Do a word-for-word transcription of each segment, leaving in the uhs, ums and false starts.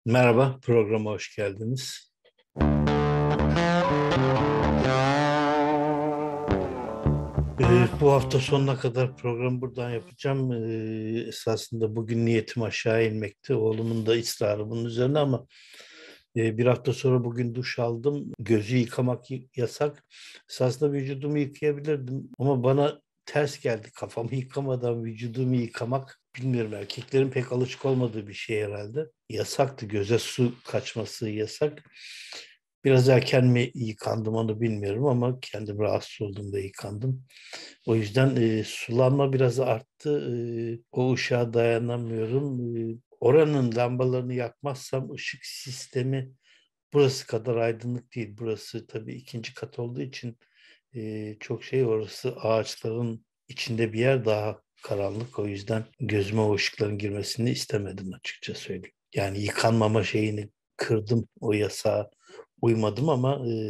Merhaba, programa hoş geldiniz. Ee, bu hafta sonuna kadar programı buradan yapacağım. Ee, esasında bugün niyetim aşağı inmekti. Oğlumun da ısrarı bunun üzerine ama e, bir hafta sonra bugün duş aldım. Gözü yıkamak y- yasak. Esasında vücudumu yıkayabilirdim ama bana ters geldi. Kafamı yıkamadan vücudumu yıkamak. Bilmiyorum, erkeklerin pek alışık olmadığı bir şey herhalde. Yasaktı, göze su kaçması yasak. Biraz erken mi yıkandım onu bilmiyorum ama kendim rahatsız olduğumda yıkandım. O yüzden e, sulanma biraz arttı. E, o ışığa dayanamıyorum. E, oranın lambalarını yakmazsam ışık sistemi burası kadar aydınlık değil. Burası tabii ikinci kat olduğu için e, çok şey, orası ağaçların içinde bir yer, daha karanlık. O yüzden gözüme o ışıkların girmesini istemedim, açıkça söyleyeyim. Yani yıkanmama şeyini kırdım, o yasağa uymadım ama e,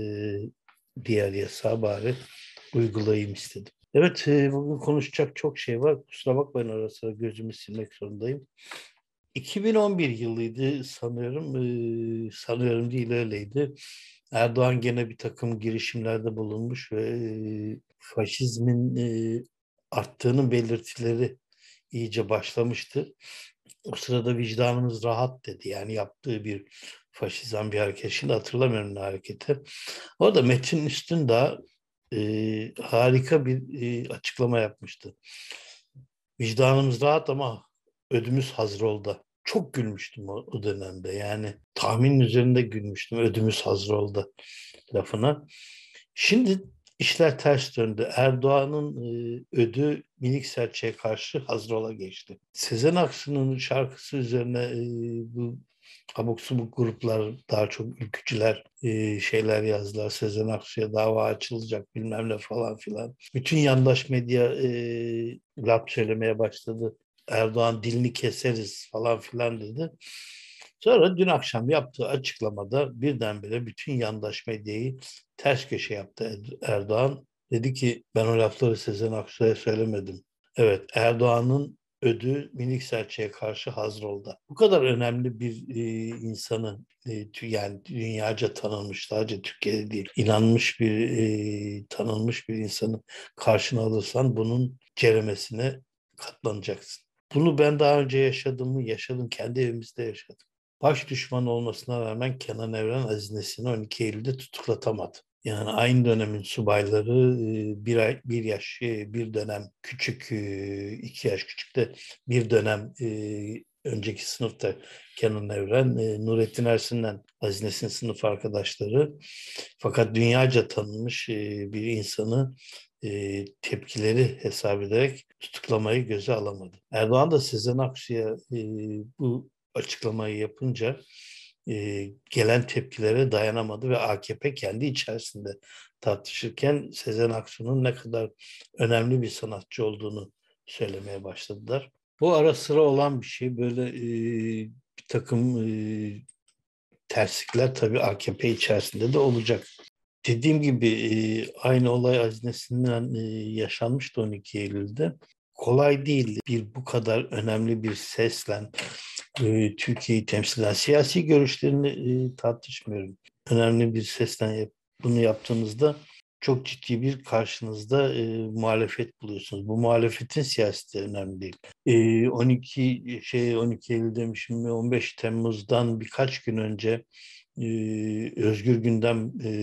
diğer yasağı bari uygulayayım istedim. Evet, e, bugün konuşacak çok şey var. Kusura bakmayın, ara sıra gözümü silmek zorundayım. iki bin on bir yılıydı sanıyorum. E, sanıyorum değil, öyleydi. Erdoğan gene bir takım girişimlerde bulunmuş ve e, faşizmin e, arttığının belirtileri iyice başlamıştı. O sırada vicdanımız rahat dedi. Yani yaptığı bir faşizan bir hareket. Şimdi hatırlamıyorum ne hareketi. Orada Metin Üstündağ e, harika bir e, açıklama yapmıştı. Vicdanımız rahat ama ödümüz Hazrol'da. Çok gülmüştüm o, o dönemde. Yani tahminin üzerinde gülmüştüm. Ödümüz Hazrol'da lafına. Şimdi işler ters döndü. Erdoğan'ın e, ödü Minik Serçe'ye karşı Hazrol'a geçti. Sezen Aksu'nun şarkısı üzerine e, bu abuk subuk gruplar, daha çok ülkücüler e, şeyler yazdılar. Sezen Aksu'ya dava açılacak bilmem ne falan filan. Bütün yandaş medya e, laf söylemeye başladı. Erdoğan dilini keseriz falan filan dedi. Sonra dün akşam yaptığı açıklamada birdenbire bütün yandaş medyayı ters köşe yaptı Erdoğan. Dedi ki ben o lafları Sezen Aksu'ya söylemedim. Evet, Erdoğan'ın ödü Minik Serçe'ye karşı Hazrol'da. Bu kadar önemli bir e, insanı, e, yani dünyaca tanınmış, sadece Türkiye'de değil, inanmış bir, e, tanınmış bir insanı karşına alırsan bunun ceremesine katlanacaksın. Bunu ben daha önce yaşadım mı? Yaşadım, kendi evimizde yaşadım. Baş düşman olmasına rağmen Kenan Evren Aziz Nesin'i on iki Eylül'de tutuklatamadı. Yani aynı dönemin subayları, e, bir ay, bir yaş, e, bir dönem küçük, e, iki yaş küçük de bir dönem e, önceki sınıfta Kenan Evren, e, Nurettin Ersin'den Aziz Nesin sınıf arkadaşları. Fakat dünyaca tanınmış e, bir insanı e, tepkileri hesap ederek tutuklamayı göze alamadı. Erdoğan da Sezen Aksu'ya e, bu açıklamayı yapınca e, gelen tepkilere dayanamadı ve A K P kendi içerisinde tartışırken Sezen Aksu'nun ne kadar önemli bir sanatçı olduğunu söylemeye başladılar. Bu ara sıra olan bir şey, böyle e, bir takım e, terslikler tabii A K P içerisinde de olacak. Dediğim gibi e, aynı olay Aziz Nesin'den e, yaşanmıştı on iki Eylül'de. Kolay değil bir bu kadar önemli bir sesle e, Türkiye'yi temsil eden, siyasi görüşlerini e, tartışmıyorum. Önemli bir sesle yap- bunu yaptığınızda çok ciddi bir karşınızda e, muhalefet buluyorsunuz. Bu muhalefetin siyaseti önemli değil. E, on iki şey on iki Eylül demişim, on beş Temmuz'dan birkaç gün önce e, Özgür Gündem e,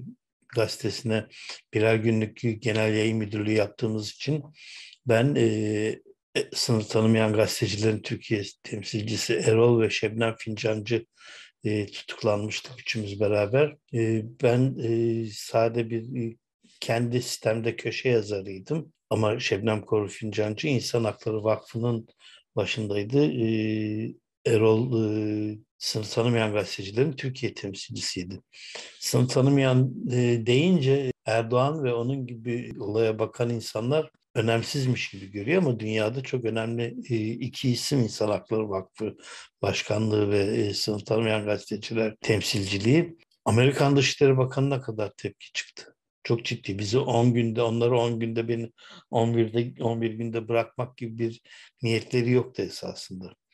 gazetesine birer günlük genel yayın müdürlüğü yaptığımız için ben e, e, sınır tanımayan gazetecilerin Türkiye temsilcisi Erol ve Şebnem Fincancı e, tutuklanmıştık üçümüz beraber. E, ben e, sade bir e, kendi sistemde köşe yazarıydım. Ama Şebnem Korur Fincancı İnsan Hakları Vakfı'nın başındaydı. E, Erol e, sınır tanımayan gazetecilerin Türkiye temsilcisiydi. Sınır tanımayan e, deyince Erdoğan ve onun gibi olaya bakan insanlar önemsizmiş gibi görüyor ama dünyada çok önemli e, iki isim: İnsan Hakları Vakfı Başkanlığı ve e, Sınır Tanımayan Gazeteciler Temsilciliği. Amerikan Dışişleri Bakanı'na kadar tepki çıktı. Çok ciddi. Bizi on günde, onları on günde, beni on birde, on bir günde bırakmak gibi bir niyetleri yoktu esasında.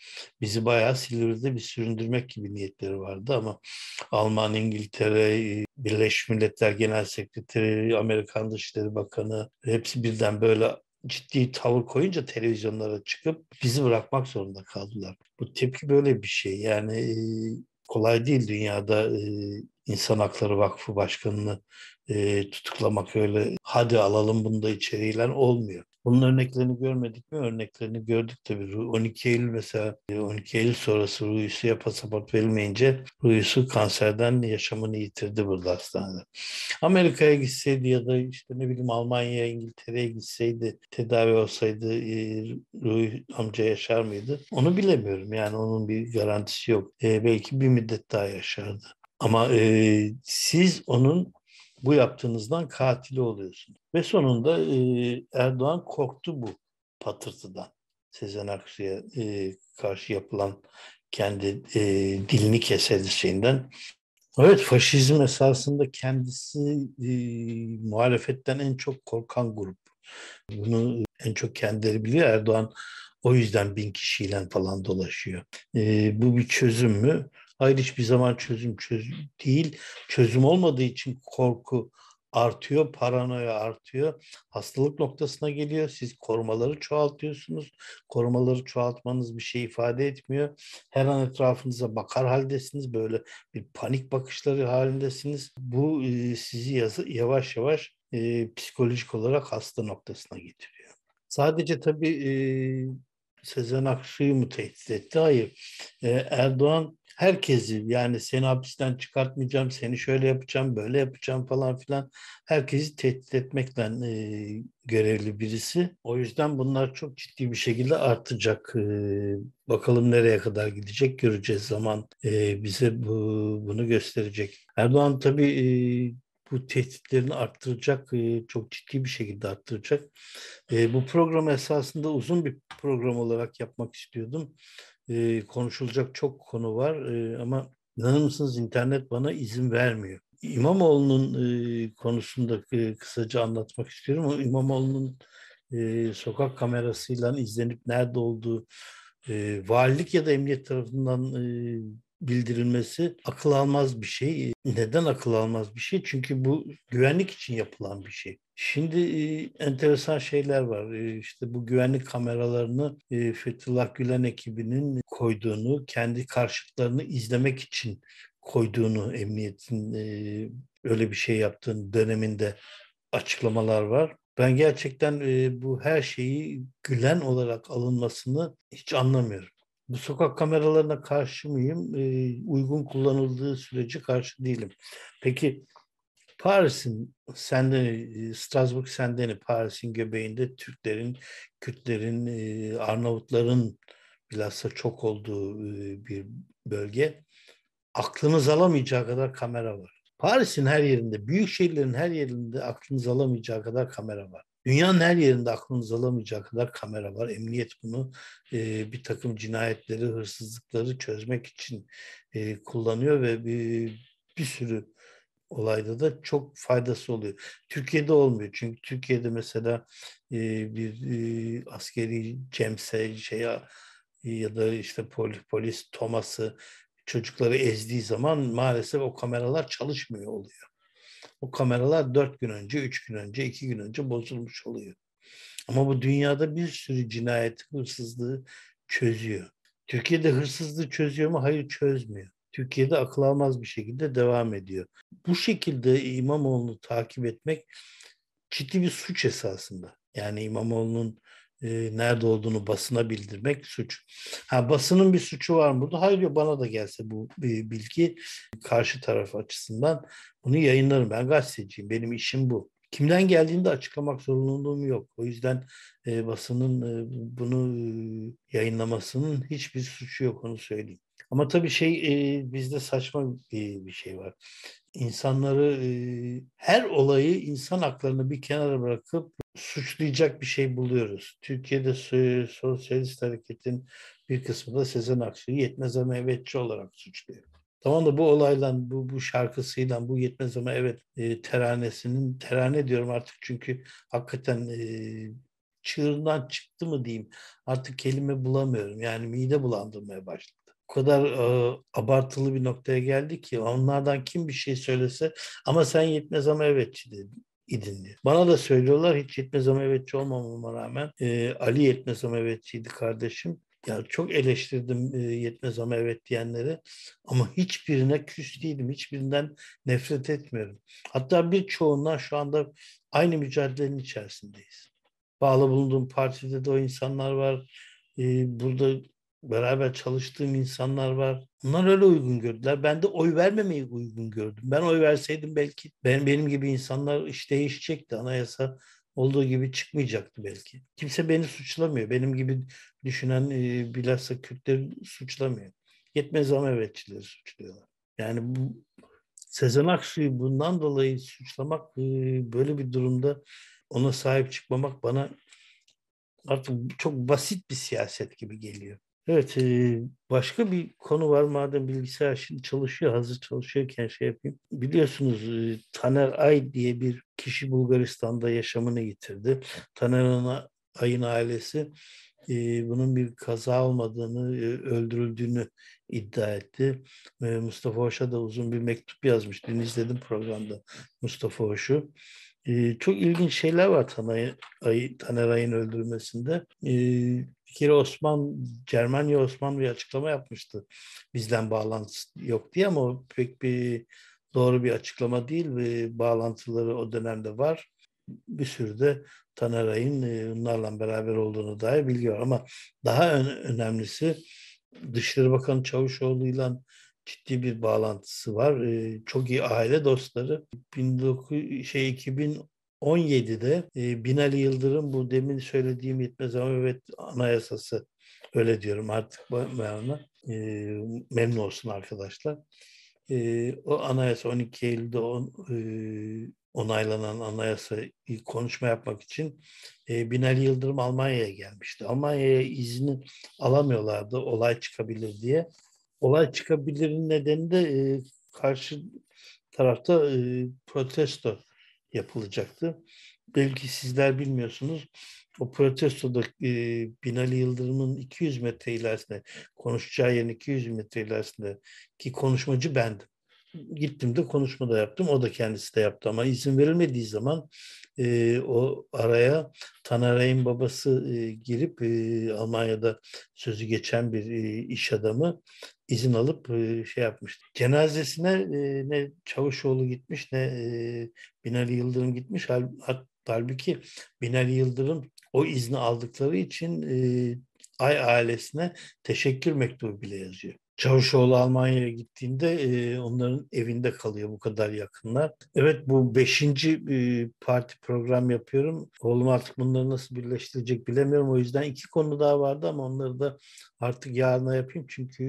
Bizi bayağı Silivri'de bir süründürmek gibi niyetleri vardı ama Alman, İngiltere, Birleşmiş Milletler Genel Sekreteri, Amerikan Dışişleri Bakanı hepsi birden böyle ciddi tavır koyunca televizyonlara çıkıp bizi bırakmak zorunda kaldılar. Bu tepki böyle bir şey. Yani e, kolay değil dünyada e, İnsan Hakları Vakfı Başkanı'nı e, tutuklamak öyle hadi alalım bunu da içeriyle olmuyor. Bunun örneklerini görmedik mi? Örneklerini gördük tabii. on iki Eylül mesela e, on iki Eylül sonrası Ruizu'ya pasaport verilmeyince Ruizu kanserden yaşamını yitirdi burada hastanede. Amerika'ya gitseydi ya da işte ne bileyim Almanya'ya, İngiltere'ye gitseydi, tedavi olsaydı e, Ruhi amca yaşar mıydı? Onu bilemiyorum. Yani onun bir garantisi yok. E, belki bir müddet daha yaşardı. Ama e, siz onun bu yaptığınızdan katili oluyorsunuz. Ve sonunda e, Erdoğan korktu bu patırtıdan. Sezen Aksu'ya e, karşı yapılan kendi e, dilini keseriz şeyinden. Evet, faşizm esasında kendisi e, muhalefetten en çok korkan grup. Bunu en çok kendileri biliyor. Erdoğan o yüzden bin kişiyle falan dolaşıyor. E, bu bir çözüm mü? Hayır, hiçbir zaman çözüm çözüm değil. Çözüm olmadığı için korku artıyor, paranoya artıyor. Hastalık noktasına geliyor. Siz korumaları çoğaltıyorsunuz. Korumaları çoğaltmanız bir şey ifade etmiyor. Her an etrafınıza bakar haldesiniz. Böyle bir panik bakışları halindesiniz. Bu e, sizi yazı, yavaş yavaş e, psikolojik olarak hasta noktasına getiriyor. Sadece tabii e, Sezen Aksu'yu mu tehdit etti? Hayır. E, Erdoğan herkesi yani seni hapisten çıkartmayacağım, seni şöyle yapacağım, böyle yapacağım falan filan herkesi tehdit etmekle e, görevli birisi. O yüzden bunlar çok ciddi bir şekilde artacak. E, bakalım nereye kadar gidecek göreceğiz. Zaman e, bize bu, bunu gösterecek. Erdoğan tabii e, bu tehditlerini arttıracak, e, çok ciddi bir şekilde arttıracak. E, bu programı esasında uzun bir program olarak yapmak istiyordum. E, konuşulacak çok konu var e, ama inanır mısınız internet bana izin vermiyor. İmamoğlu'nun e, konusunda e, kısaca anlatmak istiyorum. O İmamoğlu'nun e, sokak kamerasıyla izlenip nerede olduğu e, valilik ya da emniyet tarafından e, bildirilmesi akıl almaz bir şey. Neden akıl almaz bir şey? Çünkü bu güvenlik için yapılan bir şey. Şimdi e, enteresan şeyler var. E, işte bu güvenlik kameralarını e, Fethullah Gülen ekibinin koyduğunu, kendi karşıtlarını izlemek için koyduğunu, emniyetin e, öyle bir şey yaptığını döneminde açıklamalar var. Ben gerçekten e, bu her şeyi Gülen olarak alınmasını hiç anlamıyorum. Bu sokak kameralarına karşı mıyım? E, uygun kullanıldığı sürece karşı değilim. Peki Paris'in Saint-Denis, Strasbourg Saint-Denis, Paris'in göbeğinde Türklerin, Kürtlerin, e, Arnavutların bilhassa çok olduğu e, bir bölge. Aklınız alamayacağı kadar kamera var. Paris'in her yerinde, büyük şehirlerin her yerinde aklınız alamayacağı kadar kamera var. Dünyanın her yerinde aklınız alamayacağı kadar kamera var. Emniyet bunu e, bir takım cinayetleri, hırsızlıkları çözmek için e, kullanıyor ve bir, bir sürü olayda da çok faydası oluyor. Türkiye'de olmuyor. Çünkü Türkiye'de mesela e, bir e, askeri cemse şey ya da işte polis, polis toması çocukları ezdiği zaman maalesef o kameralar çalışmıyor oluyor. O kameralar dört gün önce, üç gün önce, iki gün önce bozulmuş oluyor. Ama bu dünyada bir sürü cinayet, hırsızlığı çözüyor. Türkiye'de hırsızlığı çözüyor mu? Hayır, çözmüyor. Türkiye'de akıl almaz bir şekilde devam ediyor. Bu şekilde İmamoğlu'nu takip etmek ciddi bir suç esasında. Yani İmamoğlu'nun e, nerede olduğunu basına bildirmek suç. Ha, basının bir suçu var mı burada? Hayır, yok, bana da gelse bu e, bilgi karşı taraf açısından bunu yayınlarım. Ben gazeteciyim. Benim işim bu. Kimden geldiğini de açıklamak zorunluluğum yok. O yüzden e, basının e, bunu e, yayınlamasının hiçbir suçu yok, onu söyleyeyim. Ama tabii şey e, bizde saçma bir, bir şey var. İnsanları e, her olayı insan haklarını bir kenara bırakıp suçlayacak bir şey buluyoruz. Türkiye'de so- sosyalist hareketin bir kısmı da Sezen Aksu'yu yetmez ama evetçi olarak suçluyor. Tamam da bu olayla, bu, bu şarkısıyla, bu yetmez ama evet e, teranesinin, terane diyorum artık çünkü hakikaten e, çığırından çıktı mı diyeyim. Artık kelime bulamıyorum. Yani mide bulandırmaya başladı. O kadar e, abartılı bir noktaya geldi ki onlardan kim bir şey söylese ama sen yetmez ama evetçi dedin. İdin diye. Bana da söylüyorlar hiç yetmez ama evetçi olmamama rağmen e, Ali yetmez ama evetçiydi kardeşim. Ya çok eleştirdim e, yetmez ama evet diyenleri ama hiçbirine küs değilim. Hiçbirinden nefret etmiyorum. Hatta birçoğundan şu anda aynı mücadelenin içerisindeyiz. Bağlı bulunduğum partide de o insanlar var. E, burada beraber çalıştığım insanlar var. Bunlar öyle uygun gördüler. Ben de oy vermemeyi uygun gördüm. Ben oy verseydim belki ben, benim gibi insanlar iş değişecekti. Anayasa olduğu gibi çıkmayacaktı belki. Kimse beni suçlamıyor. Benim gibi düşünen e, bilhassa Kürtleri suçlamıyor. Yetmez ama evetçileri suçluyorlar. Yani bu Sezen Aksu'yu bundan dolayı suçlamak e, böyle bir durumda ona sahip çıkmamak bana artık çok basit bir siyaset gibi geliyor. Evet, e, başka bir konu var madem bilgisayar şimdi çalışıyor, hazır çalışıyorken şey yapayım. Biliyorsunuz e, Taner Ay diye bir kişi Bulgaristan'da yaşamını yitirdi. Taner Ay'ın ailesi e, bunun bir kaza olmadığını, e, öldürüldüğünü iddia etti. E, Mustafa Hoş'a da uzun bir mektup yazmış. Dün izledim programda Mustafa Hoş'u. E, çok ilginç şeyler var Taner, Ay, Taner Ay'ın öldürülmesinde. E, bir kere Osman, Cermanya Osman bir açıklama yapmıştı. Bizden bağlantısı yok diye ama o pek bir doğru bir açıklama değil ve bağlantıları o dönemde var. Bir sürü de Taner Ay'ın e, onlarla beraber olduğunu dair bilgi var. Ama daha ön- önemlisi Dışişleri Bakanı Çavuşoğlu'yla ciddi bir bağlantısı var. E, çok iyi aile dostları. bin dokuz yüz, şey iki bin on yedide e, Binali Yıldırım bu demin söylediğim yetmez ama evet anayasası öyle diyorum artık bana e, memnun olsun arkadaşlar. E, o anayasa on iki Eylül'de on, e, onaylanan anayasayı konuşma yapmak için e, Binali Yıldırım Almanya'ya gelmişti. Almanya'ya izni alamıyorlardı olay çıkabilir diye. Olay çıkabilirin nedeni de e, karşı tarafta e, protesto yapılacaktı. Belki sizler bilmiyorsunuz. O protestoda e, Binali Yıldırım'ın iki yüz metre ilerisinde konuşacağı yerin iki yüz metre ilerisindeki konuşmacı bendim. Gittim de konuşma da yaptım. O da kendisi de yaptı ama izin verilmediği zaman e, o araya Taner Ay'ın babası e, girip e, Almanya'da sözü geçen bir e, iş adamı izin alıp e, şey yapmıştı. Cenazesine e, ne Çavuşoğlu gitmiş ne e, Binali Yıldırım gitmiş. Hal, hat- halbuki Binali Yıldırım o izni aldıkları için e, Ay ailesine teşekkür mektubu bile yazıyor. Çavuşoğlu Almanya'ya gittiğinde e, onların evinde kalıyor bu kadar yakınlar. Evet bu beşinci e, parti program yapıyorum. Oğlum artık bunları nasıl birleştirecek bilemiyorum. O yüzden iki konu daha vardı ama onları da artık yarına yapayım. Çünkü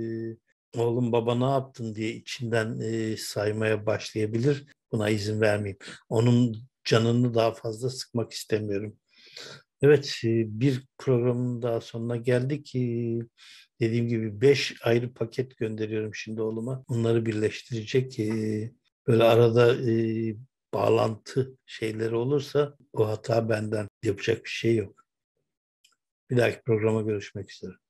e, oğlum baba ne yaptın diye içinden e, saymaya başlayabilir. Buna izin vermeyeyim. Onun canını daha fazla sıkmak istemiyorum. Evet, e, bir programın daha sonuna geldik. E, Dediğim gibi beş ayrı paket gönderiyorum şimdi oğluma. Onları birleştirecek. E, Böyle arada e, bağlantı şeyleri olursa o hata benden. Yapacak bir şey yok. Bir dahaki programa görüşmek üzere.